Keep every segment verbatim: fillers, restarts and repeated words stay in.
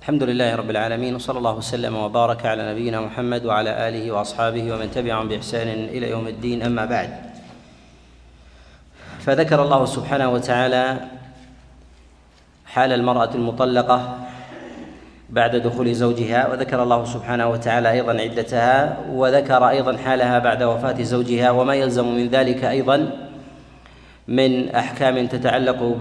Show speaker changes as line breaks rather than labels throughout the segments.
الحمد لله رب العالمين، وصلى الله وسلم وبارك على نبينا محمد وعلى آله وأصحابه ومن تبعهم بإحسان إلى يوم الدين. أما بعد، فذكر الله سبحانه وتعالى حال المرأة المطلقة بعد دخول زوجها، وذكر الله سبحانه وتعالى أيضا عدتها، وذكر أيضا حالها بعد وفاة زوجها وما يلزم من ذلك أيضا من أحكام تتعلق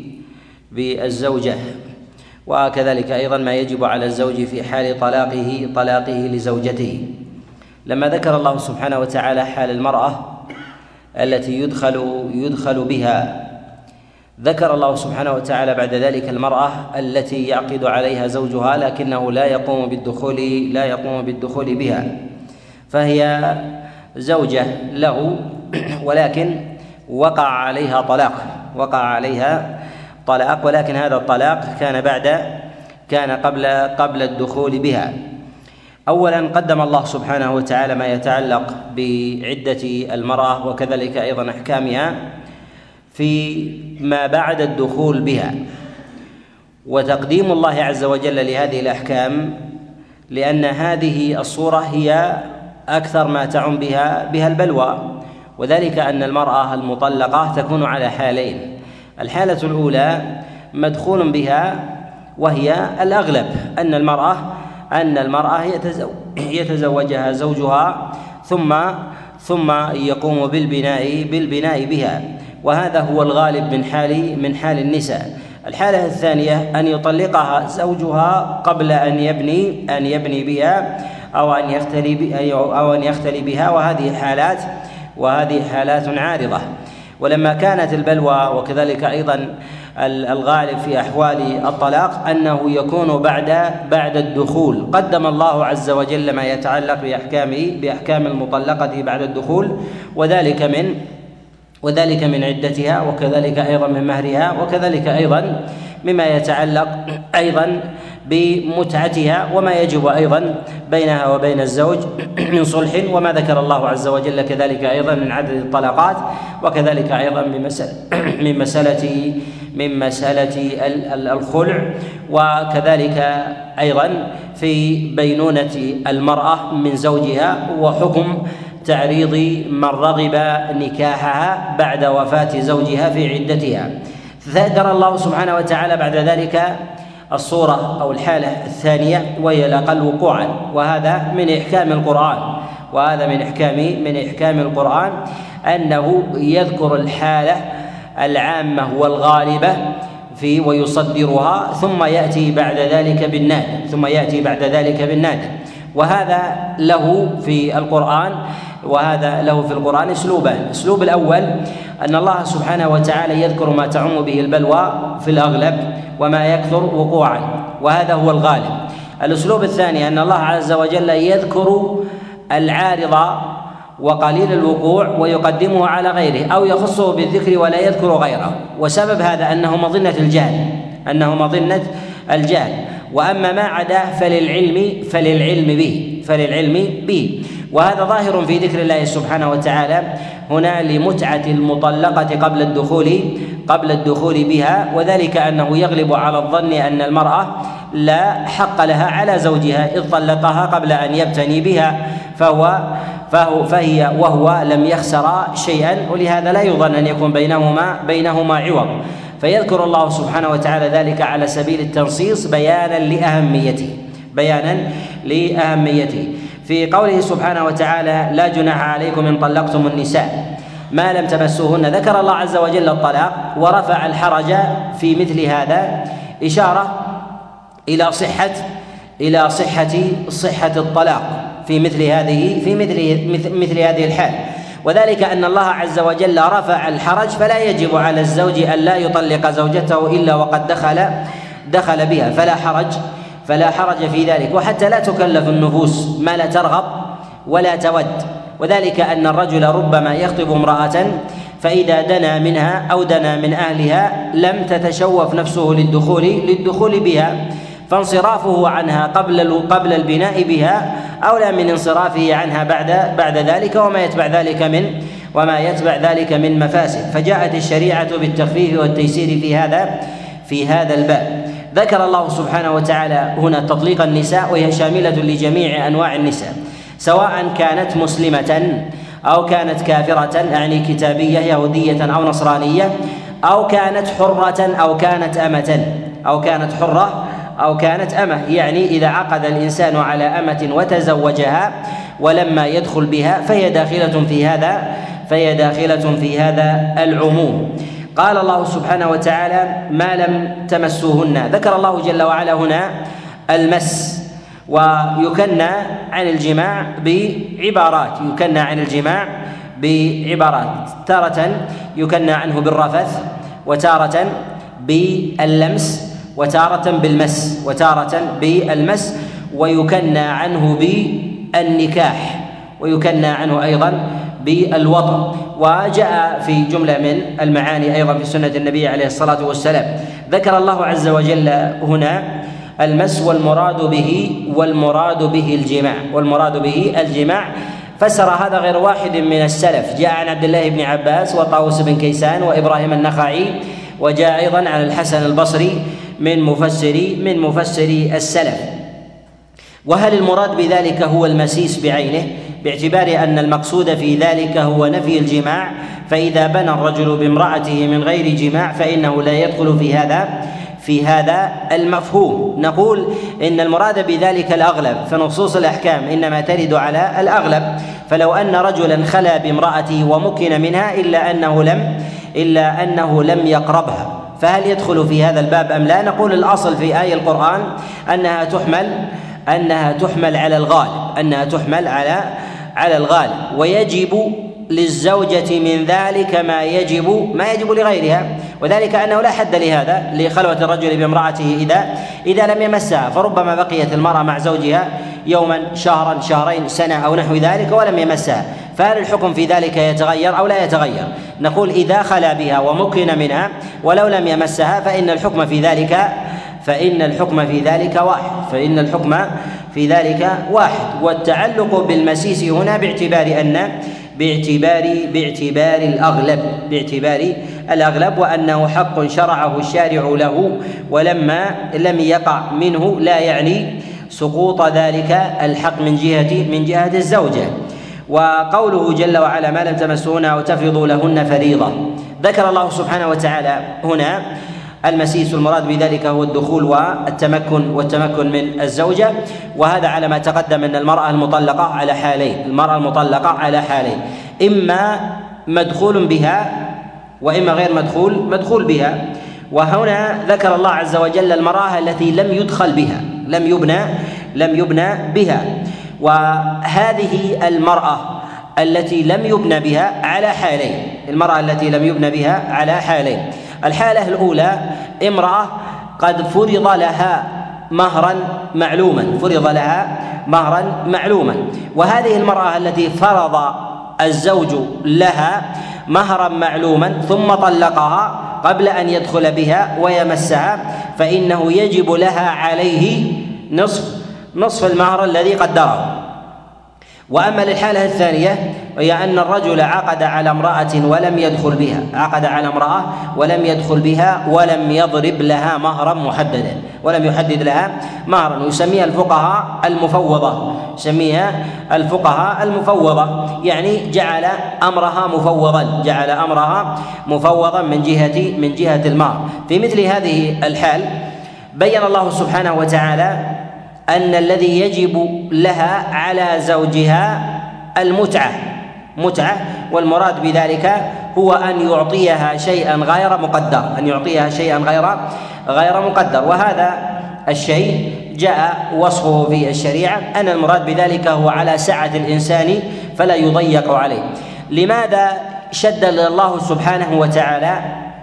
بالزوجة، وكذلك أيضا ما يجب على الزوج في حال طلاقه طلاقه لزوجته. لما ذكر الله سبحانه وتعالى حال المرأة التي يدخل يدخل بها، ذكر الله سبحانه وتعالى بعد ذلك المرأة التي يعقد عليها زوجها لكنه لا يقوم بالدخول لا يقوم بالدخول بها، فهي زوجة له ولكن وقع عليها طلاق وقع عليها طلاق ولكن هذا الطلاق كان بعد كان قبل قبل الدخول بها. أولا قدم الله سبحانه وتعالى ما يتعلق بعدة المرأة وكذلك أيضا أحكامها في ما بعد الدخول بها، وتقديم الله عز وجل لهذه الأحكام لأن هذه الصورة هي أكثر ما تعم بها بها البلوى، وذلك أن المرأة المطلقة تكون على حالين: الحالة الأولى مدخول بها وهي الأغلب أن المرأة أن المرأة يتزوجها زوجها ثم ثم يقوم بالبناء بالبناء بها، وهذا هو الغالب من حال من حال النساء. الحالة الثانية أن يطلقها زوجها قبل أن يبني أن يبني بها أو أن يختلي أو أن يختلي بها، وهذه حالات وهذه حالات عارضة. ولما كانت البلوى وكذلك أيضا الغالب في أحوال الطلاق أنه يكون بعد بعد الدخول، قدم الله عز وجل ما يتعلق بأحكام بأحكام المطلقة بعد الدخول، وذلك من وذلك من عدتها وكذلك أيضا من مهرها وكذلك أيضا مما يتعلق أيضا بمتعتها وما يجب أيضا بينها وبين الزوج من صلح، وما ذكر الله عز وجل كذلك أيضا من عدد الطلقات، وكذلك أيضا من مسألة من مسألة من مسألة الخلع، وكذلك أيضا في بينونة المرأة من زوجها وحكم تعريض من رغب نكاحها بعد وفاة زوجها في عدتها. ذكر الله سبحانه وتعالى بعد ذلك الصورة أو الحالة الثانية وهي الأقل وقوعا، وهذا من إحكام القرآن وهذا من إحكام من إحكام القرآن أنه يذكر الحالة العامة والغالبة في ويصدرها ثم يأتي بعد ذلك بالنادر ثم يأتي بعد ذلك بالنادر وهذا له في القرآن وهذا له في القرآن أسلوبان. الأسلوب الأول أن الله سبحانه وتعالى يذكر ما تعم به البلوى في الأغلب وما يكثر وقوعا، وهذا هو الغالب. الأسلوب الثاني أن الله عز وجل يذكر العارض وقليل الوقوع ويقدمه على غيره أو يخصه بالذكر ولا يذكر غيره، وسبب هذا أنه مظنة الجهل أنه مظنة الجهل وأما ما عداه فللعلم فللعلم به فللعلم به وهذا ظاهر في ذكر الله سبحانه وتعالى هنا لمتعة المطلقة قبل الدخول قبل الدخول بها، وذلك أنه يغلب على الظن أن المرأة لا حق لها على زوجها إذ طلقها قبل أن يبتني بها، فهو فهو فهي وهو لم يخسر شيئا، ولهذا لا يظن أن يكون بينهما بينهما عوض. فيذكر الله سبحانه وتعالى ذلك على سبيل التنصيص بيانا لأهميته بيانا لأهميته في قوله سبحانه وتعالى: لا جناح عليكم إن طلقتم النساء ما لم تمسوهن. ذكر الله عز وجل الطلاق ورفع الحرج في مثل هذا إشارة إلى صحة إلى صحة صحة الطلاق في مثل هذه في مثل مثل هذه الحال، وذلك أن الله عز وجل رفع الحرج فلا يجب على الزوج أن لا يطلق زوجته إلا وقد دخل دخل بها، فلا حرج فلا حرج في ذلك، وحتى لا تكلف النفوس ما لا ترغب ولا تود، وذلك أن الرجل ربما يخطب امرأة فإذا دنا منها أو دنا من أهلها لم تتشوف نفسه للدخول للدخول بها، فانصرافه عنها قبل قبل البناء بها أولى من انصرافه عنها بعد بعد ذلك وما يتبع ذلك من وما يتبع ذلك من مفاسد. فجاءت الشريعة بالتخفيف والتيسير في هذا في هذا الباب. ذكر الله سبحانه وتعالى هنا تطليق النساء، وهي شاملة لجميع أنواع النساء، سواء كانت مسلمة أو كانت كافرة يعني كتابية يهودية أو نصرانية، أو كانت حرة أو كانت أمة أو كانت حرة أو كانت أمة، يعني إذا عقد الإنسان على أمة وتزوجها ولما يدخل بها فهي داخلة في هذا فهي داخلة في هذا العموم. قال الله سبحانه وتعالى: ما لم تمسوهن. ذكر الله جل وعلا هنا المس، ويكنى عن الجماع بعبارات يكنى عن الجماع بعبارات تارة يكنى عنه بالرفث، وتارة باللمس، وتارة بالمس وتارة بالمس ويكنى عنه بالنكاح، ويكنى عنه أيضا بالوطء. وجاء في جملة من المعاني أيضا في سنة النبي عليه الصلاة والسلام. ذكر الله عز وجل هنا المس والمراد به والمراد به الجماع والمراد به الجماع فسر هذا غير واحد من السلف. جاء عن عبد الله بن عباس وطاووس بن كيسان وإبراهيم النخعي، وجاء أيضا عن الحسن البصري من مفسري من مفسري السلف. وهل المراد بذلك هو المسيس بعينه، باعتبار أن المقصود في ذلك هو نفي الجماع، فإذا بنى الرجل بامرأته من غير جماع فإنه لا يدخل في هذا في هذا المفهوم. نقول إن المراد بذلك الأغلب، فنصوص الأحكام إنما ترد على الأغلب. فلو أن رجلا خلا بامرأته ومكن منها إلا أنه لم إلا أنه لم يقربها، فهل يدخل في هذا الباب أم لا؟ نقول الأصل في آية القرآن أنها تحمل أنها تحمل على الغالب أنها تحمل على على الغالب ويجب للزوجة من ذلك ما يجب ما يجب لغيرها، وذلك أنه لا حد لهذا لخلوة الرجل بامرأته إذا إذا لم يمسها، فربما بقيت المرأة مع زوجها يوما شهرا شهرين سنة أو نحو ذلك ولم يمسها، فهل الحكم في ذلك يتغير أو لا يتغير؟ نقول إذا خلا بها ومكن منها ولو لم يمسها فإن الحكم في ذلك فإن الحكم في ذلك واحد فإن الحكم في ذلك واحد والتعلق بالمسيس هنا باعتبار أن باعتبار باعتبار الأغلب باعتبار الأغلب وأنه حق شرعه الشارع له، ولما لم يقع منه لا يعني سقوط ذلك الحق من جهة من جهة الزوجة. وقوله جل وعلا: ما لم تمسوهن أو تفرضوا لهن فريضة، ذكر الله سبحانه وتعالى هنا المسيس، المراد بذلك هو الدخول والتمكن والتمكن من الزوجة، وهذا على ما تقدم أن المرأة المطلقة على حالين المرأة المطلقة على حالين إما مدخول بها وإما غير مدخول مدخول بها. وهنا ذكر الله عز وجل المرأة التي لم يدخل بها لم يبنى لم يبنى بها، وهذه المرأة التي لم يبنى بها على حالين المرأة التي لم يبنى بها على حالين الحالة الأولى امرأة قد فرض لها مهرا معلوما فرض لها مهرا معلوما وهذه المرأة التي فرض الزوج لها مهرا معلوما ثم طلقها قبل أن يدخل بها ويمسها، فإنه يجب لها عليه نصف نصف المهر الذي قدره. وأما للحالة الثانية وهي أن الرجل عقد على امرأة ولم يدخل بها عقد على امرأة ولم يدخل بها ولم يضرب لها مهرا محددا ولم يحدد لها مهرا، يسميها الفقهاء المفوضة يسميها الفقهاء المفوضة يعني جعل أمرها مفوضا جعل أمرها مفوضا من جهة من جهة المهر. في مثل هذه الحال بين الله سبحانه وتعالى أن الذي يجب لها على زوجها المتعة متعة والمراد بذلك هو أن يعطيها شيئا غير مقدر أن يعطيها شيئا غير غير مقدر وهذا الشيء جاء وصفه في الشريعة أن المراد بذلك هو على سعة الإنسان فلا يضيق عليه. لماذا شدد الله سبحانه وتعالى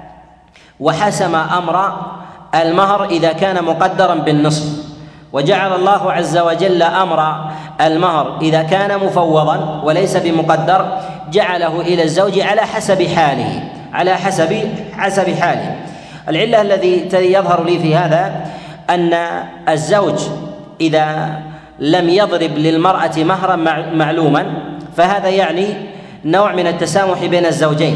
وحسم أمر المهر إذا كان مقدرا بالنصف، وجعل الله عز وجل أمر المهر إذا كان مفوضا وليس بمقدر جعله إلى الزوج على حسب حاله على حسب حسب حاله؟ العلة الذي يظهر لي في هذا أن الزوج إذا لم يضرب للمرأة مهرا معلوما فهذا يعني نوع من التسامح بين الزوجين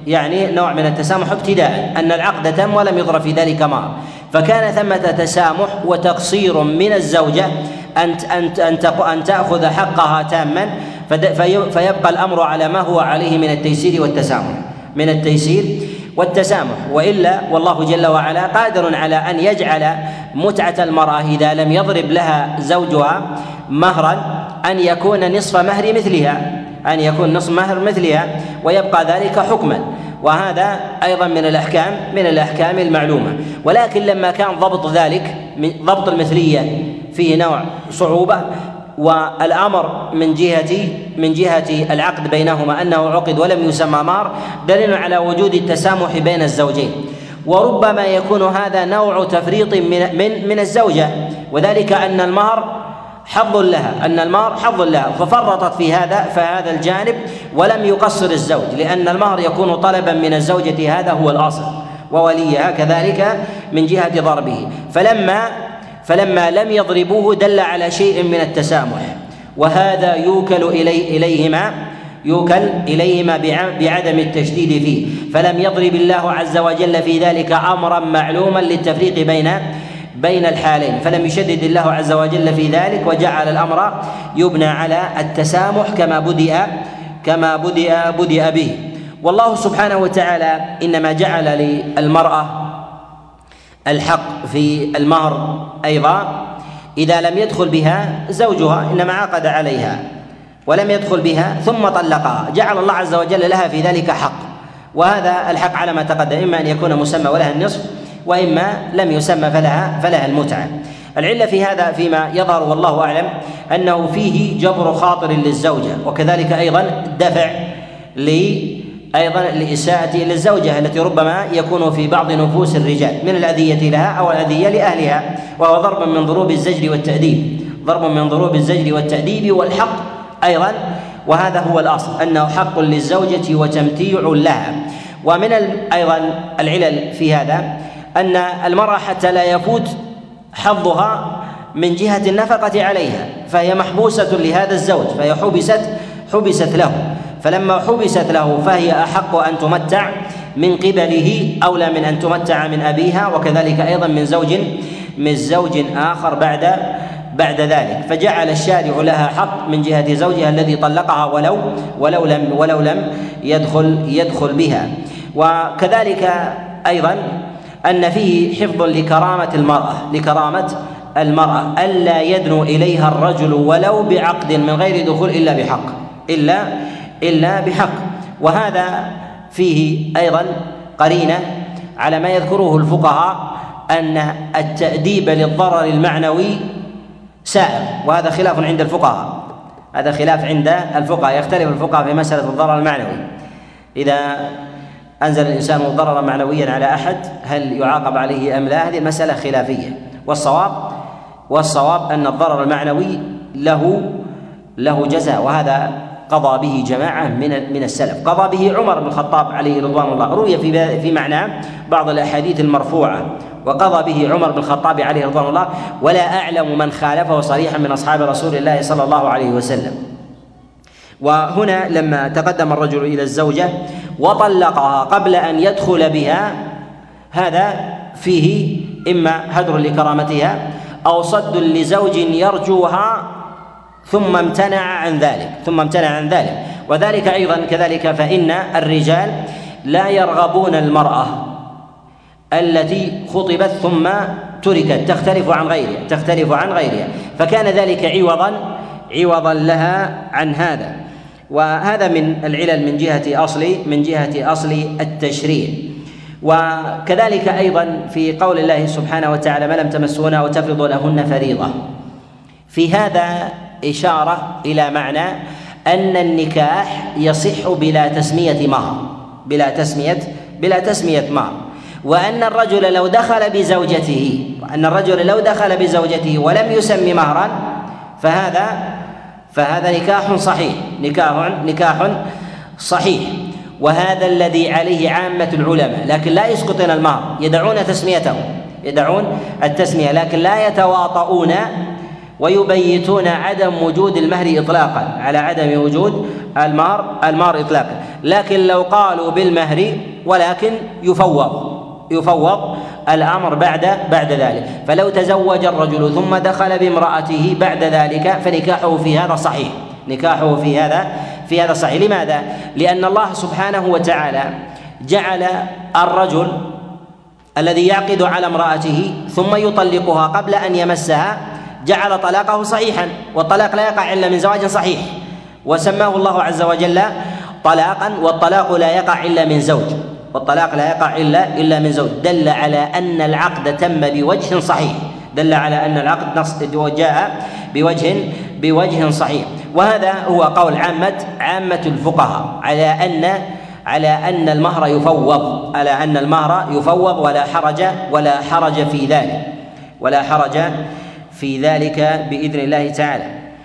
يعني نوع من التسامح ابتداء، أن العقد تم ولم يضرب في ذلك مهر، فكان ثمة تسامح وتقصير من الزوجة أن أن أن تأخذ حقها تاما، فيبقى الأمر على ما هو عليه من التيسير والتسامح من التيسير والتسامح وإلا والله جل وعلا قادر على أن يجعل متعة المرأة إذا لم يضرب لها زوجها مهرا أن يكون نصف مهر مثلها أن يكون نصف مهر مثلها ويبقى ذلك حكما، وهذا أيضا من الأحكام من الأحكام المعلومة. ولكن لما كان ضبط ذلك ضبط المثلية فيه نوع صعوبة، والأمر من جهة من جهة العقد بينهما أنه عقد ولم يسمى مهر دليل على وجود التسامح بين الزوجين، وربما يكون هذا نوع تفريط من من من الزوجة، وذلك أن المهر حظ لها أن المهر حظ لها ففرطت في هذا فهذا الجانب ولم يقصر الزوج، لأن المهر يكون طلبا من الزوجة، هذا هو الأصل، ووليها كذلك من جهة ضربه، فلما فلما لم يضربوه دل على شيء من التسامح، وهذا يوكل إلي إليهما يوكل إليهما بعدم التشديد فيه، فلم يضرب الله عز وجل في ذلك أمرا معلوما للتفريق بين بين الحالين، فلم يشدد الله عز وجل في ذلك وجعل الأمر يبنى على التسامح كما بدأ كما بدأ بدأ به. والله سبحانه وتعالى إنما جعل للمرأة الحق في المهر أيضا إذا لم يدخل بها زوجها، إنما عقد عليها ولم يدخل بها ثم طلقها، جعل الله عز وجل لها في ذلك حق، وهذا الحق على ما تقدم إما أن يكون مسمى ولها النصف، وإما لم يسمى فلها فلها المتعة. العلة في هذا فيما يظهر والله أعلم أنه فيه جبر خاطر للزوجة، وكذلك أيضا دفع لي أيضا لإساءة للزوجة التي ربما يكون في بعض نفوس الرجال من الأذية لها أو الأذية لأهلها، وهو ضرب من ضروب الزجر والتأديب ضرب من ضروب الزجر والتأديب والحق أيضا، وهذا هو الأصل أنه حق للزوجة وتمتيع لها. ومن أيضا العلل في هذا أن المرأة حتى لا يفوت حظها من جهة النفقة عليها فهي محبوسة لهذا الزوج، فهي حبست حبست له، فلما حبست له فهي أحق أن تمتع من قبله أولى من أن تمتع من أبيها، وكذلك أيضا من زوج من زوج آخر بعد بعد ذلك، فجعل الشارع لها حق من جهة زوجها الذي طلقها ولو ولو لم ولو لم يدخل يدخل بها. وكذلك أيضا أن فيه حفظ لكرامة المرأة لكرامة المرأة ألا يدنو إليها الرجل ولو بعقد من غير دخول إلا بحق إلا إلا بحق، وهذا فيه أيضا قرينة على ما يذكره الفقهاء أن التأديب للضرر المعنوي سائغ، وهذا خلاف عند الفقهاء هذا خلاف عند الفقهاء يختلف الفقهاء في مسألة الضرر المعنوي، إذا أنزل الإنسان ضررا معنويا على أحد هل يعاقب عليه أم لا؟ هذه المسألة خلافية، والصواب والصواب أن الضرر المعنوي له له جزاء، وهذا قضى به جماعة من من السلف، قضى به عمر بن الخطاب عليه رضوان الله، روي في في معناه بعض الأحاديث المرفوعة، وقضى به عمر بن الخطاب عليه رضوان الله، ولا أعلم من خالفه صريحا من أصحاب رسول الله صلى الله عليه وسلم. وهنا لما تقدم الرجل إلى الزوجة وطلقها قبل أن يدخل بها، هذا فيه إما هدر لكرامتها أو صد لزوج يرجوها ثم امتنع عن ذلك ثم امتنع عن ذلك وذلك أيضا كذلك، فإن الرجال لا يرغبون المرأة التي خطبت ثم تركت تختلف عن غيرها تختلف عن غيرها فكان ذلك عوضا عوضا لها عن هذا، وهذا من العلل من جهة أصل من جهة أصل التشريع. وكذلك أيضا في قول الله سبحانه وتعالى ما لم تمسونا وتفرضوا لهن فريضة، في هذا إشارة إلى معنى أن النكاح يصح بلا تسمية مهر بلا تسمية بلا تسمية مهر، وأن الرجل لو دخل بزوجته وأن الرجل لو دخل بزوجته ولم يسمي مهرا فهذا فهذا نكاح صحيح نكاح نكاح صحيح، وهذا الذي عليه عامة العلماء، لكن لا يسقطون المهر، يدعون تسميته يدعون التسمية لكن لا يتواطؤون ويبيتون عدم وجود المهر إطلاقا على عدم وجود المهر المهر إطلاقا، لكن لو قالوا بالمهر ولكن يفوض يفوض الأمر بعد بعد ذلك. فلو تزوج الرجل ثم دخل بامرأته بعد ذلك فنكاحه في هذا صحيح، نكاحه في هذا في هذا صحيح. لماذا؟ لأن الله سبحانه وتعالى جعل الرجل الذي يعقد على امرأته ثم يطلقها قبل أن يمسها جعل طلاقه صحيحا، والطلاق لا يقع إلا من زواج صحيح، وسماه الله عز وجل طلاقا، والطلاق لا يقع إلا من زوج، والطلاق لا يقع إلا إلا من زوج. دل على أن العقد تم بوجه صحيح، دل على أن العقد نص جاء بوجه بوجه صحيح. وهذا هو قول عامة عامة الفقهاء على أن على أن المهر يفوض، على أن المهر يفوض ولا حرج ولا حرج في ذلك، ولا حرج في ذلك بإذن الله تعالى.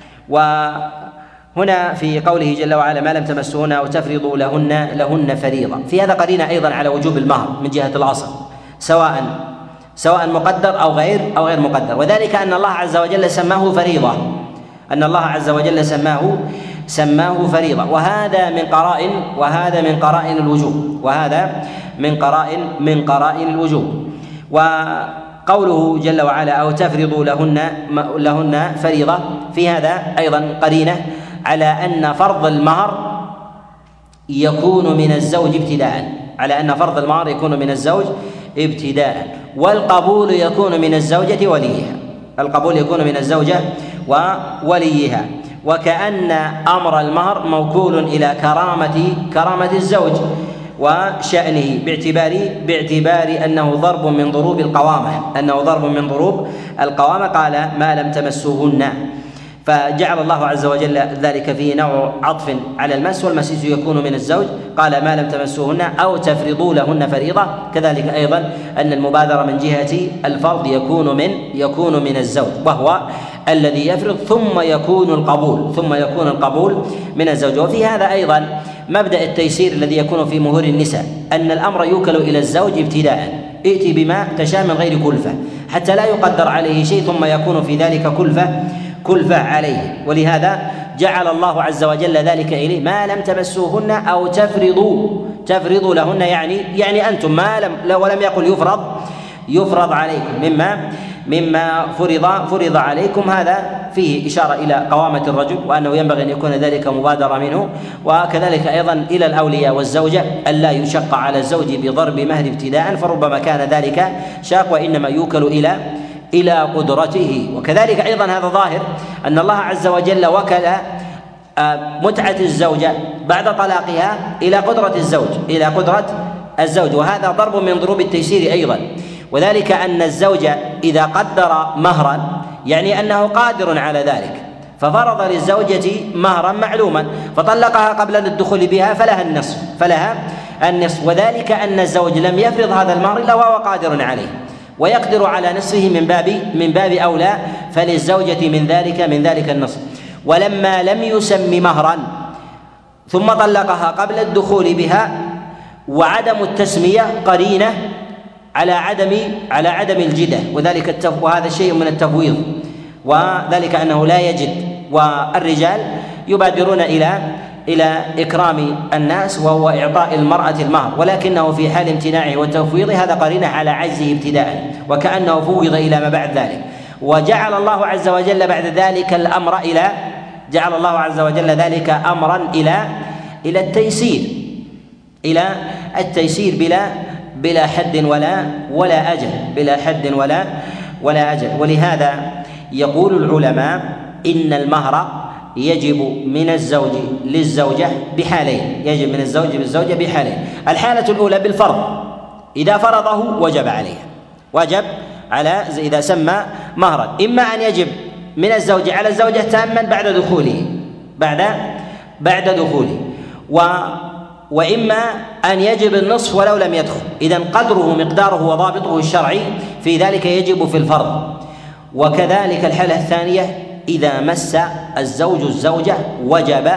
وهنا في قوله جل وعلا ما لم تمسوهن أو تفرضوا لهن لهن فريضة، في هذا قرينة أيضا على وجوب المهر من جهة الأصل، سواء سواء مقدر أو غير أو غير مقدر، وذلك أن الله عز وجل سماه فريضة، أن الله عز وجل سماه سماه فريضة، وهذا من قرائن وهذا من قرائن الوجوب، وهذا من قرائن من قرائن الوجوب. وقوله جل وعلا أو تفرضوا لهن لهن فريضة، في هذا أيضا قرينة على أن فرض المهر يكون من الزوج ابتداء، على أن فرض المهر يكون من الزوج ابتداء، والقبول يكون من الزوجة وليها، القبول يكون من الزوجة ووليها، وكأن أمر المهر موكول إلى كرامة كرامة الزوج وشأنه باعتبار باعتبار أنه ضرب من ضروب القوامة، أنه ضرب من ضروب القوامة. قال ما لم تمسوهن، فجعل الله عز وجل ذلك فيه نوع عطف على المس، والمسيس يكون من الزوج، قال ما لم تمسوهن أو تفرضوا لهن فريضة. كذلك أيضا أن المبادرة من جهة الفرض يكون من يكون من الزوج، وهو الذي يفرض، ثم يكون القبول ثم يكون القبول من الزوج. وفي هذا أيضا مبدأ التيسير الذي يكون في مهور النساء، أن الأمر يوكل إلى الزوج ابتداء، ائتي بما تشاء من غير كلفة، حتى لا يقدر عليه شيء ثم يكون في ذلك كلفة كلفة عليه. ولهذا جعل الله عز وجل ذلك إليه ما لم تمسوهن أو تفرضوا تفرضوا لهن، يعني يعني أنتم ما لم ولم يقل يفرض يفرض عليكم مما مما فرض فرض عليكم. هذا فيه إشارة إلى قوامة الرجل، وأنه ينبغي أن يكون ذلك مبادرة منه، وكذلك أيضا إلى الأولياء والزوجة ألا يشق على الزوج بضرب مهر ابتداء، فربما كان ذلك شاق، وإنما يوكل إلى إلى قدرته. وكذلك أيضا هذا ظاهر أن الله عز وجل وكل متعة الزوجة بعد طلاقها إلى قدرة الزوج إلى قدرة الزوج وهذا ضرب من ضروب التيسير أيضا، وذلك أن الزوج إذا قدر مهرا يعني أنه قادر على ذلك، ففرض للزوجة مهرا معلوما فطلقها قبل الدخول بها فلها النصف فلها النصف وذلك أن الزوج لم يفرض هذا المهر إلا وهو قادر عليه ويقدر على نصفه من باب من باب أولى، فللزوجة من ذلك من ذلك النصف. ولما لم يسم مهرا ثم طلقها قبل الدخول بها، وعدم التسمية قرينة على عدم على عدم الجدة، وذلك التف... وهذا شيء من التفويض، وذلك أنه لا يجد، والرجال يبادرون إلى إلى إكرام الناس وهو إعطاء المرأة المهر، ولكنه في حال امتناعه وتفويضه هذا قرينة على عجزه ابتداء، وكأنه فوض إلى ما بعد ذلك. وجعل الله عز وجل بعد ذلك الأمر إلى جعل الله عز وجل ذلك أمرا إلى إلى التيسير إلى التيسير بلا بلا حد ولا ولا أجل بلا حد ولا ولا أجل. ولهذا يقول العلماء إن المهر يجب من الزوج للزوجة بحالين، يجب من الزوج للزوجة بحالين. الحالة الأولى بالفرض، إذا فرضه وجب عليه وجب على إذا سمى مهرا، إما أن يجب من الزوج على الزوجة تاما بعد دخوله بعد بعد دخوله و وإما أن يجب النصف ولو لم يدخل، إذن قدره مقداره وضابطه الشرعي في ذلك يجب في الفرض. وكذلك الحالة الثانية إذا مس الزوج الزوجة وجب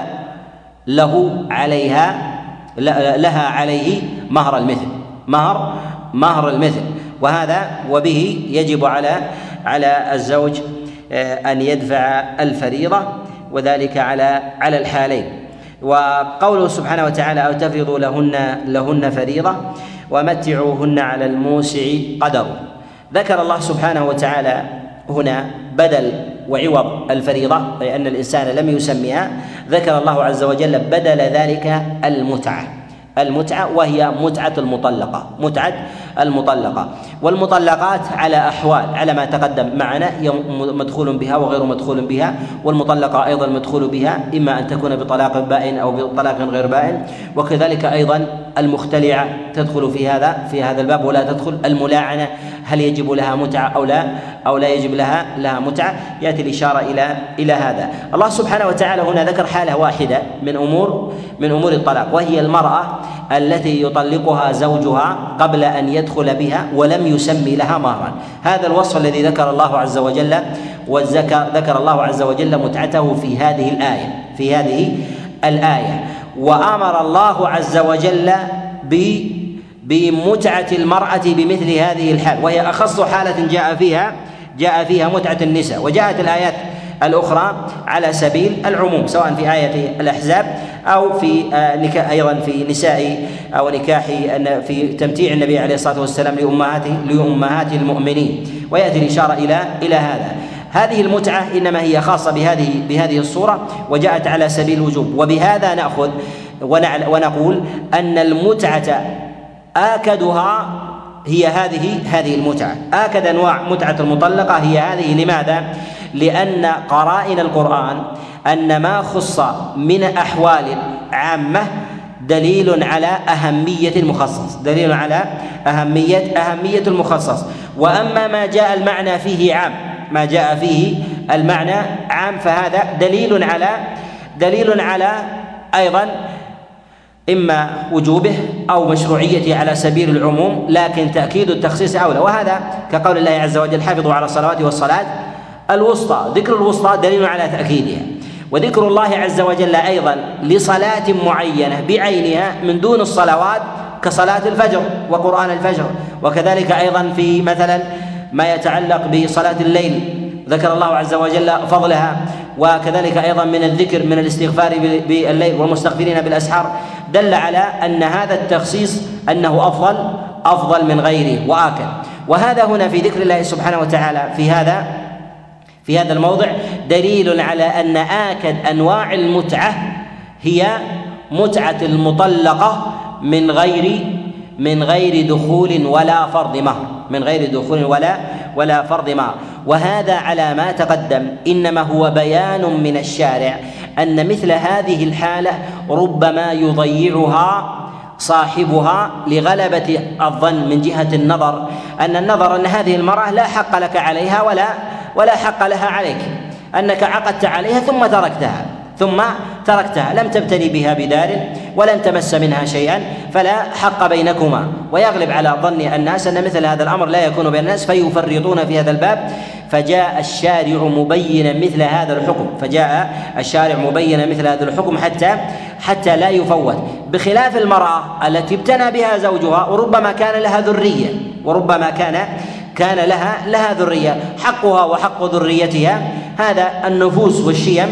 له عليها لها عليه مهر المثل مهر مهر المثل وهذا وبه يجب على على الزوج أن يدفع الفريضة، وذلك على على الحالين. وقوله سبحانه وتعالى أو تفرضوا لهن لهن فريضة ومتعوهن على الموسع قدر. ذكر الله سبحانه وتعالى هنا بدل وعوض الفريضة، أي أن الإنسان لم يسميها، ذكر الله عز وجل بدل ذلك المتعة المتعة وهي متعة المطلقة متعة المطلقة والمطلقات على أحوال على ما تقدم معنا، مدخول بها وغير مدخول بها، والمطلقة أيضا مدخول بها إما أن تكون بطلاق بائن أو بطلاق غير بائن، وكذلك أيضا المختلعة تدخل في هذا في هذا الباب ولا تدخل. الملاعنة هل يجب لها متعة أو لا أو لا يجب لها لها متعة؟ يأتي الإشارة إلى إلى هذا. الله سبحانه وتعالى هنا ذكر حالة واحدة من أمور من أمور الطلاق، وهي المرأة التي يطلقها زوجها قبل أن يدخل بها ولم يسمي لها مهرا. هذا الوصف الذي ذكر الله عز وجل وذكر ذكر الله عز وجل متعته في هذه الآية في هذه الآية وأمر الله عز وجل ب بمتعة المرأة بمثل هذه الحال، وهي أخص حالة جاء فيها جاء فيها متعة النساء. وجاءت الآيات الأخرى على سبيل العموم، سواء في آية الأحزاب أو في نكاح أيضا في نساء أو نكاح في تمتيع النبي عليه الصلاة والسلام لأمهاته لأمهات المؤمنين، ويأتي الإشارة إلى إلى هذا. هذه المتعة إنما هي خاصة بهذه بهذه الصورة وجاءت على سبيل الوجوب. وبهذا نأخذ ونقول أن المتعة آكدها هي هذه هذه المتعة، آكد أنواع متعة المطلقة هي هذه. لماذا؟ لأن قرائن القرآن أن ما خص من أحوال عامة دليل على أهمية المخصص دليل على أهمية أهمية المخصص. وأما ما جاء المعنى فيه عام ما جاء فيه المعنى عام فهذا دليل على دليل على أيضا إما وجوبه أو مشروعيته على سبيل العموم، لكن تأكيد التخصيص أولى. وهذا كقول الله عز وجل حافظوا على الصلوات والصلاة الوسطى، ذكر الوسطى دليل على تأكيدها. وذكر الله عز وجل أيضا لصلاة معينة بعينها من دون الصلوات كصلاة الفجر وقرآن الفجر، وكذلك أيضا في مثلا ما يتعلق بصلاة الليل ذكر الله عز وجل فضلها، وكذلك أيضا من الذكر من الاستغفار بالليل والمستغفرين بالأسحار، دل على أن هذا التخصيص أنه أفضل أفضل من غيره وآكد. وهذا هنا في ذكر الله سبحانه وتعالى في هذا في هذا الموضع دليل على أن آكد أنواع المتعة هي متعة المطلقة من غير من غير دخول ولا فرض مهر من غير دخول ولا ولا فرض مهر. وهذا على ما تقدم إنما هو بيان من الشارع أن مثل هذه الحالة ربما يضيعها صاحبها لغلبة الظن من جهة النظر، أن النظر أن هذه المرأة لا حق لك عليها ولا ولا حق لها عليك، أنك عقدت عليها ثم تركتها ثم تركتها لم تبتلي بها بدار ولم تمس منها شيئا فلا حق بينكما. ويغلب على ظن الناس أن مثل هذا الأمر لا يكون بين الناس فيفرطون في هذا الباب، فجاء الشارع مبينا مثل هذا الحكم فجاء الشارع مبينا مثل هذا الحكم حتى حتى لا يفوت، بخلاف المرأة التي ابتنى بها زوجها وربما كان لها ذرية وربما كان كان لها لها ذرية، حقها وحق ذريتها هذا النفوس والشيم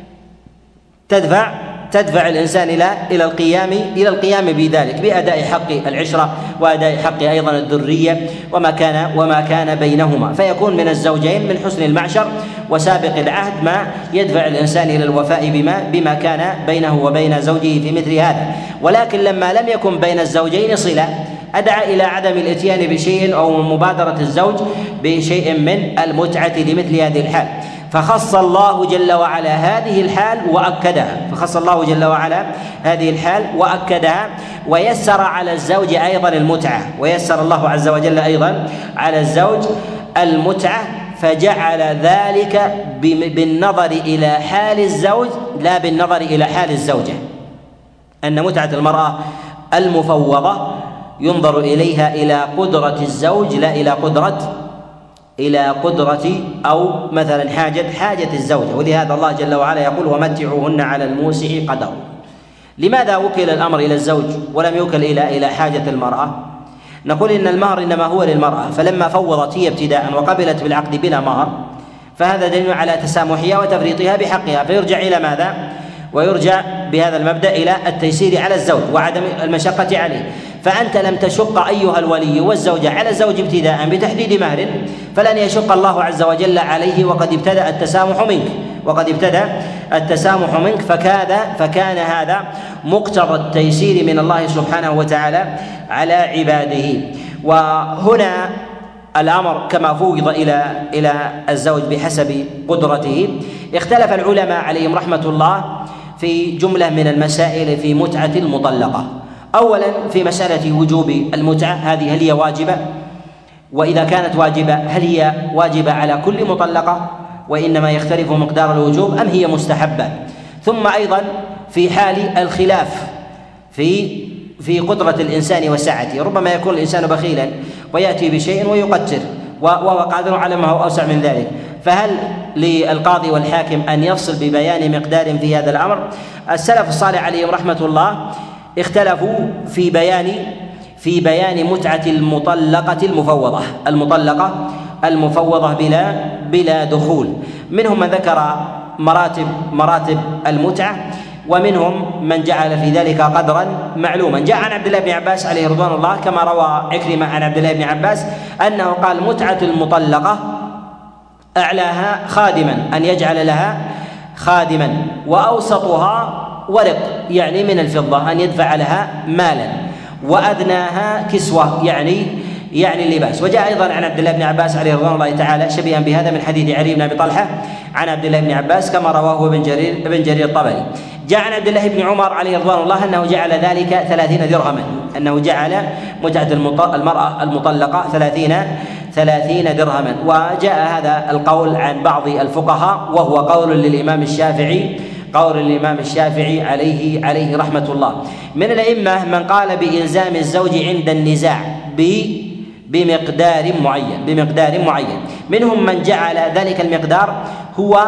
تدفع تدفع الإنسان إلى إلى القيام إلى القيام بذلك بأداء حق العشرة وأداء حق أيضا الذرية وما كان وما كان بينهما، فيكون من الزوجين من حسن المعشر وسابق العهد ما يدفع الإنسان إلى الوفاء بما بما كان بينه وبين زوجه في مثل هذا. ولكن لما لم يكن بين الزوجين صلة أدعى إلى عدم الإتيان بشيء أو مبادرة الزوج بشيء من المتعة لمثل هذه الحال، فخص الله جل وعلا هذه الحال وأكدها فخص الله جل وعلا هذه الحال وأكدها ويسر على الزوج أيضا المتعة ويسر الله عز وجل أيضا على الزوج المتعة، فجعل ذلك بالنظر إلى حال الزوج لا بالنظر إلى حال الزوجة، أن متعة المرأة المفوضة ينظر إليها إلى قدرة الزوج لا إلى قدرة إلى قدرة أو مثلا حاجة حاجة الزوجة. ولهذا الله جل وعلا يقول ومتعوهن على الموسع قدر. لماذا وكل الأمر إلى الزوج ولم يوكل إلى إلى حاجة المرأة؟ نقول إن المهر إنما هو للمرأة، فلما فوضت هي ابتداء وقبلت بالعقد بلا مهر فهذا دليل على تسامحها وتفريطها بحقها، فيرجع إلى ماذا؟ ويرجع بهذا المبدأ إلى التيسير على الزوج وعدم المشقة عليه. فأنت لم تشق أيها الولي والزوجة على الزوج ابتداء بتحديد مهر، فلن يشق الله عز وجل عليه وقد ابتدأ التسامح منك وقد ابتدأ التسامح منك فكان فكان هذا مقتضى التيسير من الله سبحانه وتعالى على عباده. وهنا الأمر كما فوض إلى إلى الزوج بحسب قدرته. اختلف العلماء عليهم رحمة الله في جملة من المسائل في متعة المطلقة. أولا في مسألة وجوب المتعة، هذه هل هي واجبة؟ وإذا كانت واجبة هل هي واجبة على كل مطلقة وإنما يختلف مقدار الوجوب أم هي مستحبة؟ ثم أيضا في حال الخلاف في في قدرة الإنسان وسعته، ربما يكون الإنسان بخيلا ويأتي بشيء ويقتر وهو قادر على ما هو أوسع من ذلك، فهل للقاضي والحاكم أن يفصل ببيان مقدار في هذا الأمر؟ السلف الصالح عليهم رحمة الله اختلفوا في بيان في بيان متعة المطلقة المفوضة المطلقة المفوضة بلا بلا دخول. منهم من ذكر مراتب مراتب المتعة، ومنهم من جعل في ذلك قدرا معلوما. جاء عن عبد الله بن عباس عليه رضوان الله كما روى عكرمة عن عبد الله بن عباس أنه قال: متعة المطلقة أعلاها خادما، أن يجعل لها خادما، وأوسطها ورق يعني من الفضة أن يدفع لها مالا، وأدناها كسوة يعني يعني اللباس. وجاء أيضا عن عبد الله بن عباس عليه رضوان الله تعالى شبيها بهذا من حديث علي بن أبي طلحة عن عبد الله بن عباس كما رواه ابن جرير ابن جرير الطبري. جاء عن عبد الله بن عمر عليه رضوان الله أنه جعل ذلك ثلاثين درهما، أنه جعل متعة المرأة المطلقة ثلاثين ثلاثين درهما. وجاء هذا القول عن بعض الفقهاء وهو قول للإمام الشافعي قول الإمام الشافعي عليه عليه رحمة الله. من الأئمة من قال بإلزام الزوج عند النزاع بمقدار معين بمقدار معين منهم من جعل ذلك المقدار هو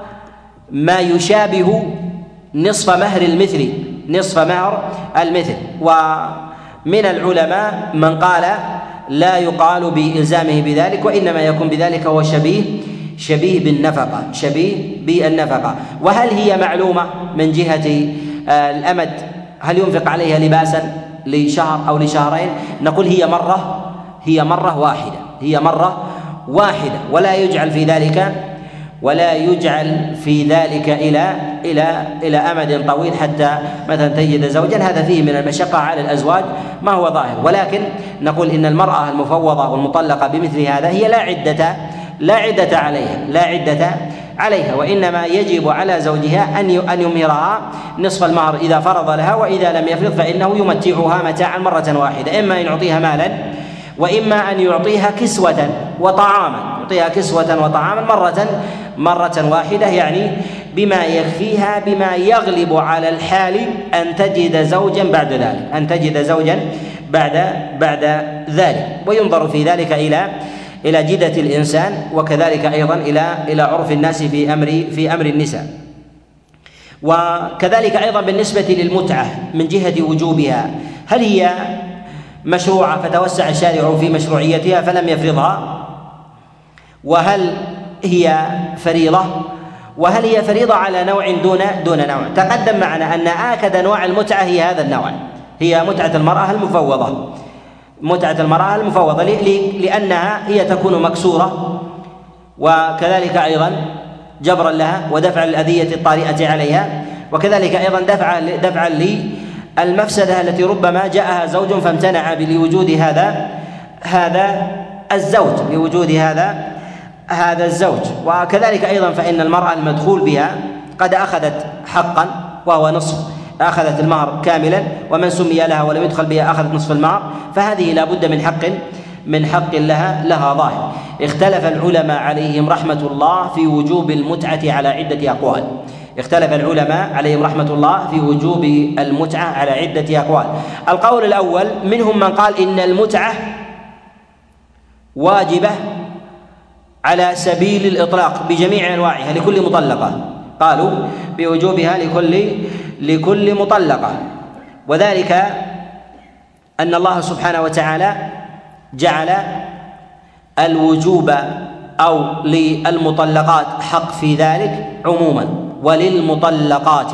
ما يشابه نصف مهر المثل نصف مهر المثل. ومن العلماء من قال لا يقال بإلزامه بذلك، وإنما يكون بذلك هو شبيه شبيه بالنفقة شبيه بالنفقة. وهل هي معلومة من جهة الأمد؟ هل ينفق عليها لباسا لشهر أو لشهرين؟ نقول هي مرة هي مرة واحدة هي مرة واحدة ولا يجعل في ذلك ولا يجعل في ذلك إلى إلى إلى أمد طويل حتى مثلا تجد زوجا، هذا فيه من المشقة على الأزواج ما هو ظاهر. ولكن نقول إن المرأة المفوضة والمطلقة بمثل هذا هي لا عدة لا عدة عليها لا عدة عليها وإنما يجب على زوجها أن أن يمهرها نصف المهر إذا فرض لها، وإذا لم يفرض فإنه يمتعها متاعا مرة واحدة، إما أن يعطيها مالا وإما أن يعطيها كسوة وطعاما يعطيها كسوة وطعاما مرة مرة واحدة، يعني بما يكفيها بما يغلب على الحال أن تجد زوجا بعد ذلك أن تجد زوجا بعد بعد ذلك. وينظر في ذلك إلى إلى جدة الإنسان، وكذلك أيضا إلى إلى عرف الناس في أمر في أمر النساء. وكذلك أيضا بالنسبة للمتعة من جهة وجوبها، هل هي مشروعة فتوسع الشارع في مشروعيتها فلم يفرضها؟ وهل هي فريضة؟ وهل هي فريضة على نوع دون دون نوع؟ تقدم معنا أن آكد أنواع المتعة هي هذا النوع، هي متعة المرأة المفوضة متعة المرأة المفوضة لأنها هي تكون مكسورة، وكذلك أيضا جبرا لها ودفعا للأذية الطارئة عليها، وكذلك أيضا دفعا دفعا للمفسدة التي ربما جاءها زوج فامتنع لوجود هذا هذا الزوج لوجود هذا هذا الزوج. وكذلك أيضا فإن المرأة المدخول بها قد أخذت حقا وهو نصف، أخذت المهر كاملا، ومن سمي لها ولم يدخل بها أخذت نصف المهر، فهذه لا بد من حق من حق لها لها ظاهر. اختلف العلماء عليهم رحمة الله في وجوب المتعة على عدة أقوال اختلف العلماء عليهم رحمة الله في وجوب المتعة على عدة أقوال. القول الأول منهم من قال إن المتعة واجبة على سبيل الإطلاق بجميع أنواعها لكل مطلقة، قالوا بوجوبها لكل لكل مطلقة، وذلك أن الله سبحانه وتعالى جعل الوجوب أو للمطلقات حق في ذلك عموما، وللمطلقات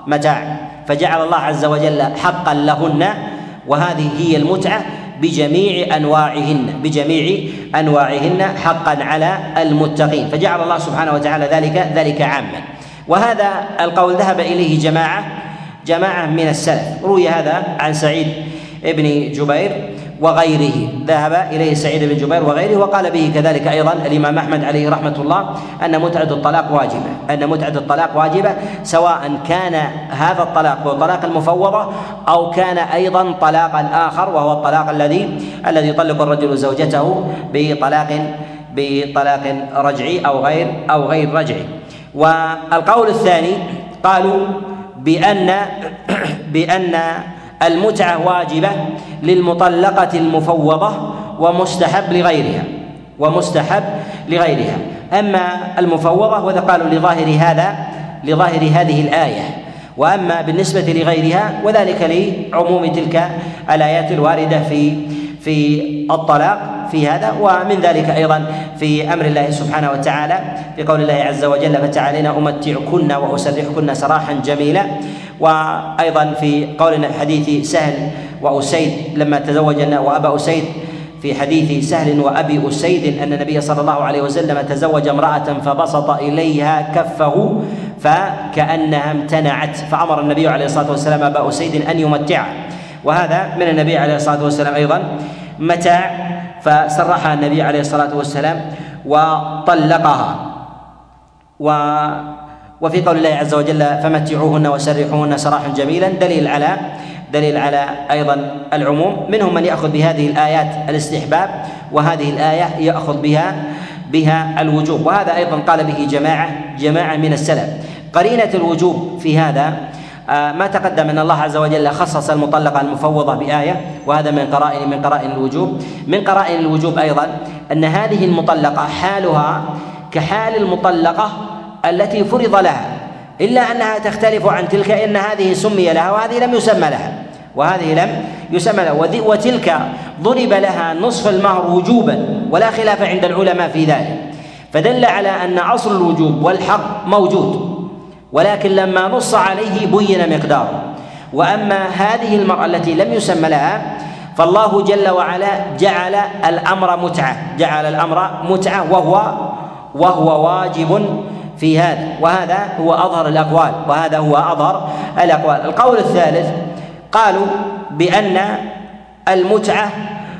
متاع، فجعل الله عز وجل حقا لهن، وهذه هي المتعة بجميع أنواعهن بجميع أنواعهن حقا على المتقين، فجعل الله سبحانه وتعالى ذلك ذلك عاما. وهذا القول ذهب إليه جماعة جماعة من السلف، روي هذا عن سعيد بن جبير وغيره، ذهب إليه سعيد بن جبير وغيره، وقال به كذلك أيضا الإمام أحمد عليه رحمة الله أن متعة الطلاق واجبة أن متعة الطلاق واجبة سواء كان هذا الطلاق هو طلاق المفوضة أو كان أيضا طلاقا آخر، وهو الطلاق الذي الذي يطلق الرجل زوجته بطلاق بطلاق رجعي أو غير أو غير رجعي. والقول الثاني قالوا بأن بأن المتعة واجبة للمطلقة المفوضة ومستحب لغيرها ومستحب لغيرها أما المفوضة وذا قالوا لظاهر هذا لظاهر هذه الآية، وأما بالنسبة لغيرها وذلك لعموم تلك الآيات الواردة في في الطلاق في هذا، ومن ذلك أيضا في أمر الله سبحانه وتعالى في قول الله عز وجل فتعالينا أمتعكن وأسرحكن سراحا جميلا، وأيضا في قولنا في حديث سهل وأسيد لما تزوجنا وأبا أسيد في حديث سهل وأبي أسيد أن النبي صلى الله عليه وسلم تزوج امرأة فبسط إليها كفه فكأنها امتنعت، فأمر النبي عليه الصلاة والسلام أبا أسيد أن يمتعه، وهذا من النبي عليه الصلاة والسلام أيضا متاع، فسرحها النبي عليه الصلاة والسلام وطلقها. و وفي قول الله عز وجل فمتعوهن وسرحوهن سراحا جميلا دليل على دليل على أيضا العموم. منهم من يأخذ بهذه الآيات الاستحباب، وهذه الآية يأخذ بها بها الوجوب، وهذا أيضا قال به جماعة جماعة من السلف. قرينة الوجوب في هذا ما تقدم أن الله عز وجل خصص المطلقة المفوضة بآية، وهذا من قرائن من قرائن الوجوب. من قرائن الوجوب أيضا أن هذه المطلقة حالها كحال المطلقة التي فرض لها، إلا أنها تختلف عن تلك، إن هذه سمي لها وهذه لم يسمى لها وهذه لم يسمى لها وتلك ضرب لها نصف المهر وجوبا ولا خلاف عند العلماء في ذلك، فدل على أن أصل الوجوب والحق موجود، ولكن لما نص عليه بين مقداره. وأما هذه المرأة التي لم يسمى لها فالله جل وعلا جعل الأمر متعة جعل الأمر متعة وهو وهو واجب في هذا، وهذا هو أظهر الأقوال وهذا هو أظهر الأقوال. القول الثالث قالوا بأن المتعة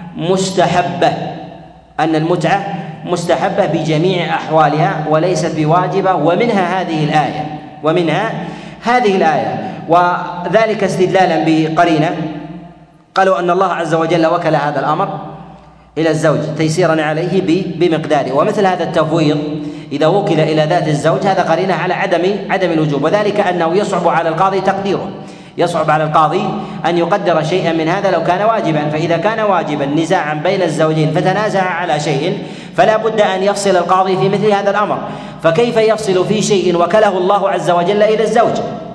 مستحبة أن المتعة مستحبة بجميع أحوالها وليست بواجبة، ومنها هذه الآية ومنها هذه الآية وذلك استدلالا بقرينة قالوا أن الله عز وجل وكل هذا الأمر إلى الزوج تيسيرا عليه بمقداره، ومثل هذا التفويض إذا وكل إلى ذات الزوج هذا قرينة على عدم عدم الوجوب، وذلك أنه يصعب على القاضي تقديره يصعب على القاضي أن يقدر شيئا من هذا لو كان واجبا، فإذا كان واجبا نزاعا بين الزوجين فتنازع على شيء فلا بد أن يفصل القاضي في مثل هذا الأمر، فكيف يفصل في شيء وكله الله عز وجل إلى الزوج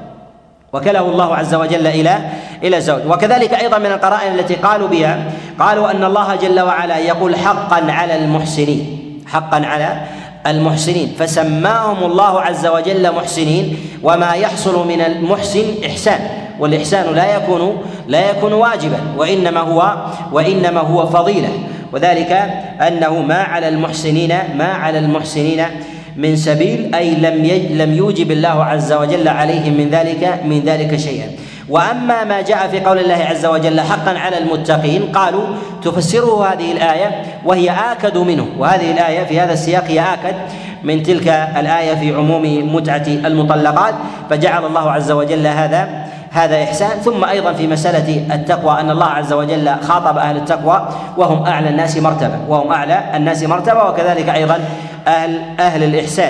وكله الله عز وجل إلى إلى الزوج. وكذلك أيضا من القرائن التي قالوا بها قالوا أن الله جل وعلا يقول حقا على المحسنين حقا على المحسنين فسماهم الله عز وجل محسنين، وما يحصل من المحسن إحسان، والإحسان لا يكون لا يكون واجبا وإنما هو وإنما هو فضيلة، وذلك أنه ما على المحسنين ما على المحسنين من سبيل أي لم لم يوجب الله عز وجل عليهم من ذلك من ذلك شيئا. وأما ما جاء في قول الله عز وجل حقا على المتقين قالوا تفسره هذه الآية وهي آكد منه، وهذه الآية في هذا السياق هي آكد من تلك الآية في عموم متعة المطلقات، فجعل الله عز وجل هذا هذا إحسان. ثم أيضا في مسألة التقوى أن الله عز وجل خاطب أهل التقوى وهم أعلى الناس مرتبة وهم أعلى الناس مرتبة وكذلك أيضا أهل أهل الإحسان.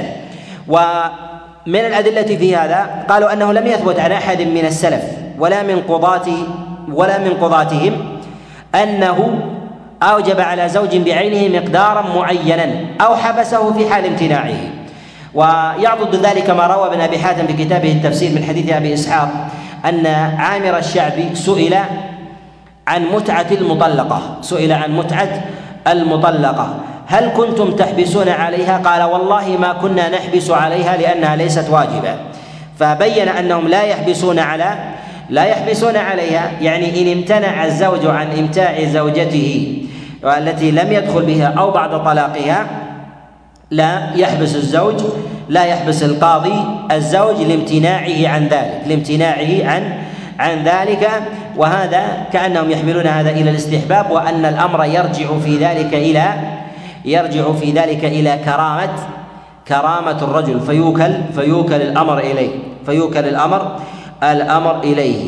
ومن الأدلة في هذا قالوا أنه لم يثبت عن أحد من السلف ولا من قضاة ولا من قضاتهم أنه أوجب على زوج بعينه مقدارا معينا أو حبسه في حال امتناعه. ويعضد ذلك ما روى ابن أبي حاتم في كتابه التفسير من حديث أبي إسحاق أن عامر الشعبي سئل عن متعة المطلقة سئل عن متعة المطلقة هل كنتم تحبسون عليها؟ قال والله ما كنا نحبس عليها لأنها ليست واجبة. فبين أنهم لا يحبسون على لا يحبسون عليها، يعني إن امتنع الزوج عن إمتاع زوجته والتي لم يدخل بها أو بعد طلاقها لا يحبس الزوج لا يحبس القاضي الزوج لامتناعه عن ذلك لامتناعه عن عن ذلك وهذا كأنهم يحملون هذا إلى الاستحباب، وأن الأمر يرجع في ذلك إلى يرجع في ذلك إلى كرامة كرامة الرجل فيوكل فيوكل الأمر إليه فيوكل الأمر الأمر إليه.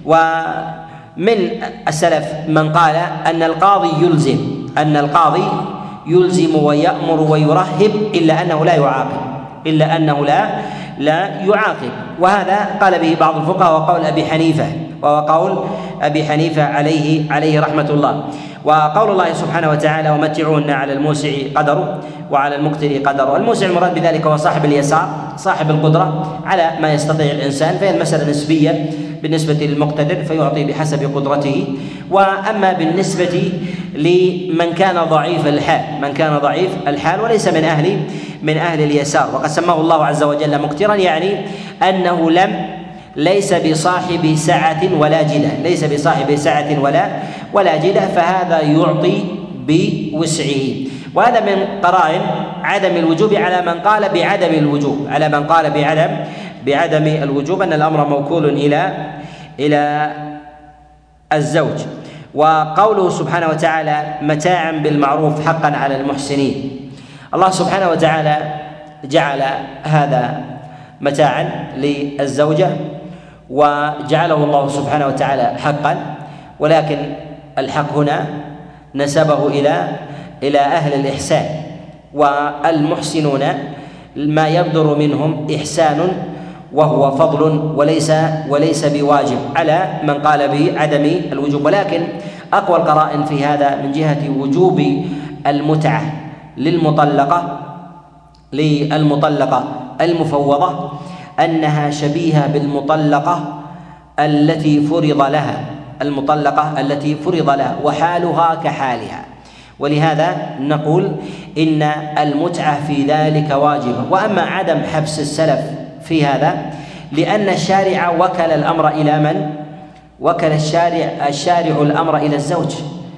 ومن السلف من قال أن القاضي يلزم أن القاضي يلزم ويأمر ويرهب إلا أنه لا يعاقب إلا أنه لا لا يعاقب وهذا قال به بعض الفقهاء وقول أبي حنيفة وهو قول أبي حنيفة عليه عليه رحمة الله. وقول الله سبحانه وتعالى ومتعوهن على الموسع قدره وعلى المقتر قدره، الموسع المراد بذلك هو صاحب اليسار صاحب القدرة على ما يستطيع الإنسان، فهي المسألة نسبية بالنسبة للمقتدر فيعطي بحسب قدرته. وأما بالنسبة لمن كان ضعيف الحال من كان ضعيف الحال وليس من أهل من أهل اليسار وقد سماه الله عز وجل مقترا، يعني أنه لم ليس بصاحب سعة ولا جدة ليس بصاحب سعة ولا ولا جدة فهذا يعطي بوسعه. وهذا من قرائن عدم الوجوب على من قال بعدم الوجوب على من قال بعدم بعدم الوجوب أن الأمر موكول إلى إلى الزوج. وقوله سبحانه وتعالى متاعا بالمعروف حقا على المحسنين، الله سبحانه وتعالى جعل هذا متاعا للزوجة وجعله الله سبحانه وتعالى حقا، ولكن الحق هنا نسبه إلى إلى أهل الإحسان، والمحسنون ما يبدر منهم إحسان وهو فضل وليس وليس بواجب على من قال بعدم الوجوب. ولكن أقوى القرائن في هذا من جهة وجوب المتعة للمطلقة للمطلقة المفوضة أنها شبيهة بالمطلقة التي فرض لها المطلقة التي فرض لها وحالها كحالها، ولهذا نقول إن المتعة في ذلك واجبة. وأما عدم حبس السلف في هذا لأن الشارع وكل الأمر إلى من؟ وكل الشارع الشارع الأمر إلى الزوج،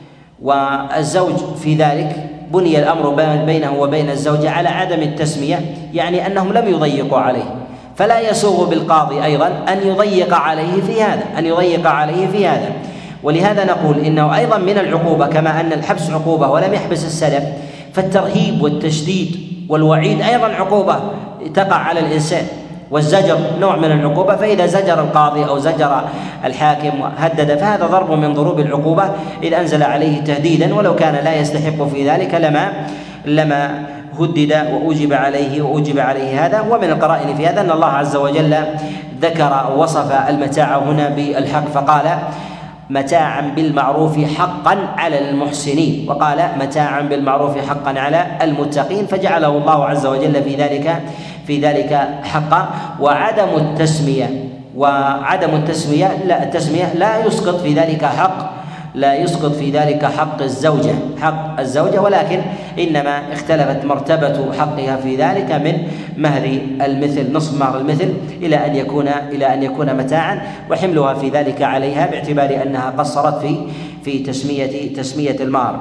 والزوج في ذلك بني الأمر بينه وبين الزوجة على عدم التسمية، يعني أنهم لم يضيقوا عليه، فلا يسوغ بالقاضي أيضا أن يضيق عليه في هذا أن يضيق عليه في هذا ولهذا نقول إنه أيضا من العقوبة كما أن الحبس عقوبة ولم يحبس السلف، فالترهيب والتشديد والوعيد أيضا عقوبة تقع على الإنسان، والزجر نوع من العقوبة، فإذا زجر القاضي أو زجر الحاكم وهدد فهذا ضرب من ضروب العقوبة إذ أنزل عليه تهديدا، ولو كان لا يستحق في ذلك لما لما هدد وأوجب عليه وأوجب عليه هذا. ومن القرائن في هذا أن الله عز وجل ذكر وصف المتاع هنا بالحق فقال متاعا بالمعروف حقا على المحسنين، وقال متاعا بالمعروف حقا على المتقين، فجعله الله عز وجل في ذلك في ذلك حقا. وعدم التسمية وعدم التسمية لا التسمية لا يسقط في ذلك حق لا يسقط في ذلك حق الزوجة حق الزوجة ولكن إنما اختلفت مرتبة حقها في ذلك من مهر المثل نصف مهر المثل إلى أن يكون إلى أن يكون متاعا، وحملها في ذلك عليها باعتبار أنها قصرت في في تسمية تسمية المهر.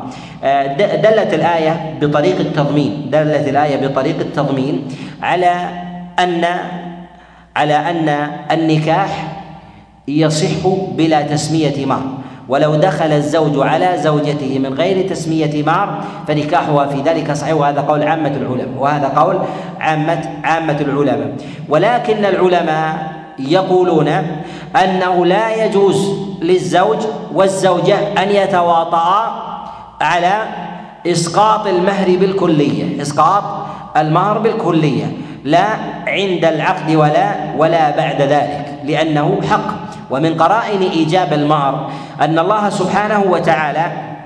دلت الآية بطريق التضمين دلت الآية بطريق التضمين على أن على أن النكاح يصح بلا تسمية مهر، ولو دخل الزوج على زوجته من غير تسمية مهر فنكاحها في ذلك صحيح، وهذا قول عامة العلماء وهذا قول عامة عامة العلماء. ولكن العلماء يقولون أنه لا يجوز للزوج والزوجة أن يتواطئا على إسقاط المهر بالكلية إسقاط المهر بالكلية لا عند العقد ولا ولا بعد ذلك، لأنه حق. ومن قرائن إيجاب المهر أن الله سبحانه وتعالى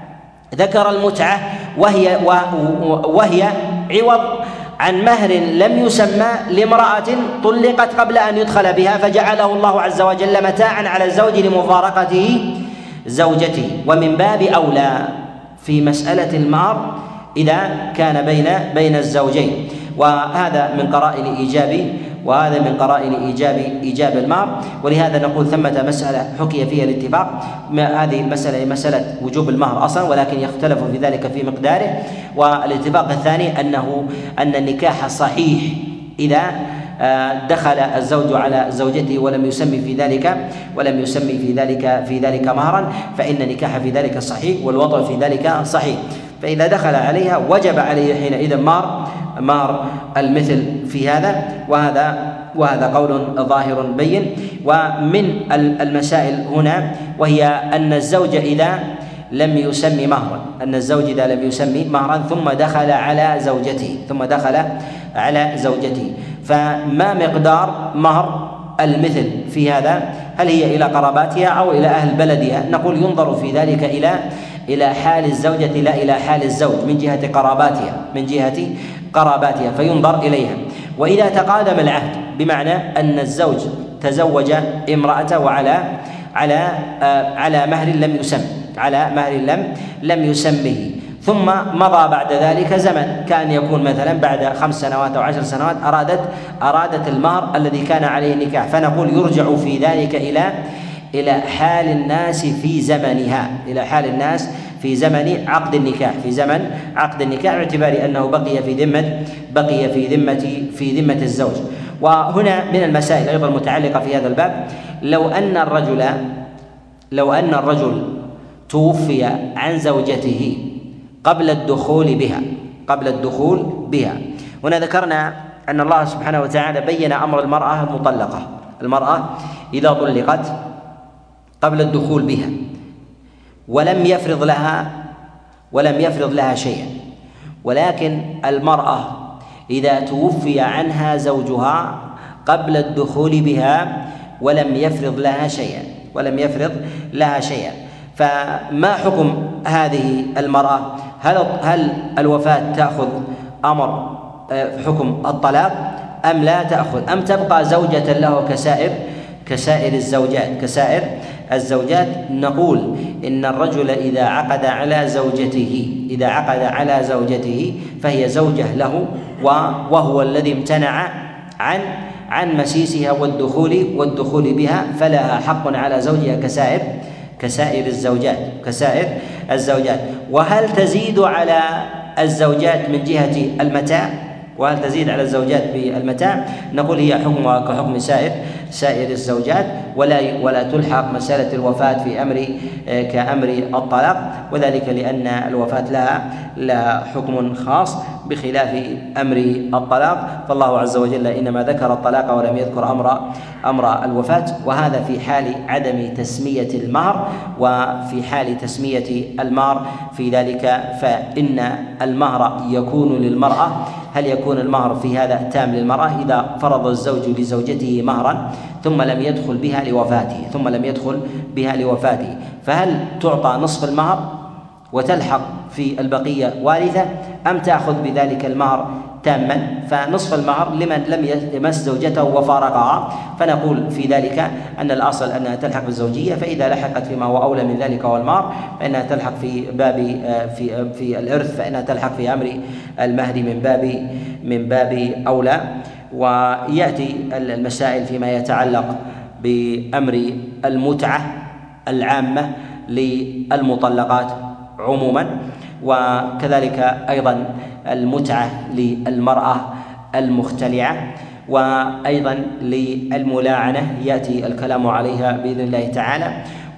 ذكر المتعة وهي وهي عوض عن مهر لم يسمى لامرأة طلقت قبل أن يدخل بها، فجعله الله عز وجل متاعا على الزوج لمفارقته زوجته. ومن باب أولى في مسألة المهر إذا كان بين بين الزوجين. وهذا من قرائن إيجاب وهذا من قرائن إيجاب إيجاب المهر. ولهذا نقول ثمة مسألة حكي فيها الاتفاق، هذه المسألة مسألة وجوب المهر أصلا، ولكن يختلف في ذلك في مقداره. والاتفاق الثاني أنه أن النكاح صحيح إذا دخل الزوج على زوجته ولم يسمي في ذلك ولم يسمي في ذلك في ذلك مهرا، فإن النكاح في ذلك صحيح والوضع في ذلك صحيح. فإذا دخل عليها وجب عليه حينئذ مهر مهر المثل في هذا، وهذا وهذا قول ظاهر بين. ومن المسائل هنا وهي أن الزوج إذا لم يسمي مهرا أن الزوج إذا لم يسمي مهرا ثم دخل على زوجته ثم دخل على زوجته فما مقدار مهر المثل في هذا؟ هل هي إلى قراباتها أو إلى أهل بلدها؟ نقول ينظر في ذلك إلى إلى حال الزوجة لا إلى حال الزوج من جهة قراباتها من جهة قراباتها فينظر إليها. وإذا تقادم العهد بمعنى أن الزوج تزوج امرأته وعلى على آه على مهر لم يسم على مهر لم لم يسمه، ثم مضى بعد ذلك زمن، كان يكون مثلا بعد خمس سنوات أو عشر سنوات أرادت أرادت المهر الذي كان عليه النكاح، فنقول يرجع في ذلك إلى إلى حال الناس في زمنها إلى حال الناس في زمن عقد النكاح في زمن عقد النكاح باعتبار أنه بقي في ذمة بقي في ذمة في ذمة الزوج. وهنا من المسائل أيضا المتعلقة في هذا الباب، لو أن الرجل لو أن الرجل توفي عن زوجته قبل الدخول بها قبل الدخول بها هنا ذكرنا أن الله سبحانه وتعالى بين أمر المرأة المطلقة المرأة إذا طلقت قبل الدخول بها ولم يفرض لها ولم يفرض لها شيئا، ولكن المرأة إذا توفي عنها زوجها قبل الدخول بها ولم يفرض لها شيئا ولم يفرض لها شيئا فما حكم هذه المرأة؟ هل هل الوفاة تأخذ أمر حكم الطلاق أم لا تأخذ، أم تبقى زوجة له كسائر كسائر الزوجات كسائر الزوجات؟ نقول إن الرجل إذا عقد على زوجته إذا عقد على زوجته فهي زوجة له، وهو الذي امتنع عن عن مسيسها والدخول والدخول بها، فلها حق على زوجها كسائر كسائر الزوجات كسائر الزوجات. وهل تزيد على الزوجات من جهة المتاع؟ وهل تزيد على الزوجات بالمتاع؟ نقول هي حكمها كحكم سائر سائر الزوجات، ولا ولا تلحق مسألة الوفاة في أمر كأمر الطلاق، وذلك لأن الوفاة لها لها حكم خاص بخلاف أمر الطلاق. فالله عز وجل إنما ذكر الطلاق ولم يذكر أمر أمر الوفاة، وهذا في حال عدم تسمية المهر. وفي حال تسمية المهر في ذلك فإن المهر يكون للمرأة. هل يكون المهر في هذا تام للمرأة إذا فرض الزوج لزوجته مهرا ثم لم يدخل بها لوفاته ثم لم يدخل بها لوفاته فهل تعطى نصف المهر وتلحق في البقية وارثة، أم تأخذ بذلك المهر تاما؟ فنصف المهر لمن لم يمس زوجته وفارقها، فنقول في ذلك أن الأصل أنها تلحق بالزوجية، فإذا لحقت فيما هو أولى من ذلك هو المهر فإنها تلحق في باب في في الإرث فإنها تلحق في أمر المهر من باب من باب أولى. ويأتي المسائل فيما يتعلق بأمر المتعة العامة للمطلقات عموما، وكذلك أيضا المتعة للمرأة المختلعة، وأيضا للملاعنة يأتي الكلام عليها بإذن الله تعالى.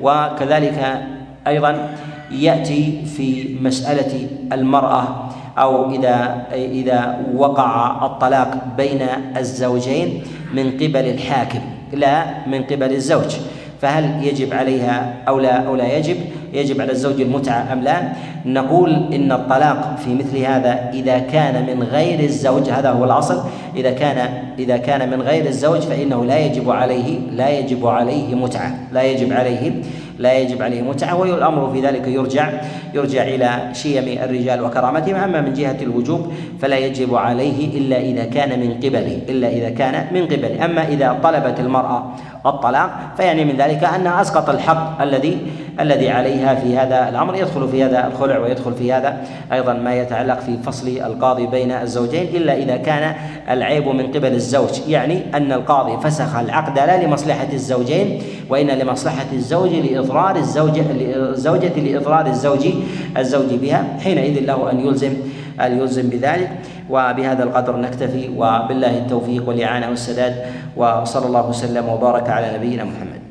وكذلك أيضا يأتي في مسألة المرأة أو إذا إذا وقع الطلاق بين الزوجين من قبل الحاكم لا من قبل الزوج، فهل يجب عليها أو لا أو لا يجب؟ يجب على الزوج المتعة أم لا؟ نقول إن الطلاق في مثل هذا إذا كان من غير الزوج، هذا هو الأصل، إذا كان إذا كان من غير الزوج فإنه لا يجب عليه لا يجب عليه متعة لا يجب عليه لا يجب عليه متعة والأمر في ذلك يرجع يرجع إلى شيم الرجال وكرامتهم. أما من جهة الوجوب فلا يجب عليه إلا إذا كان من قبله إلا إذا كان من قبله. أما إذا طلبت المرأة الطلاق فيعني من ذلك أنها أسقط الحق الذي الذي عليها في هذا الأمر. يدخل في هذا الخلع ويدخل في هذا أيضا ما يتعلق في فصل القاضي بين الزوجين إلا إذا كان العيب من قبل الزوج، يعني أن القاضي فسخ العقد لا لمصلحة الزوجين وإن لمصلحة الزوج لإضرار الزوجة الزوجة لإضرار الزوج الزوج بها، حينئذ له أن يلزم أن يلزم بذلك. وبهذا القدر نكتفي، وبالله التوفيق والإعانة والسداد، وصلى الله وسلم وبارك على نبينا محمد.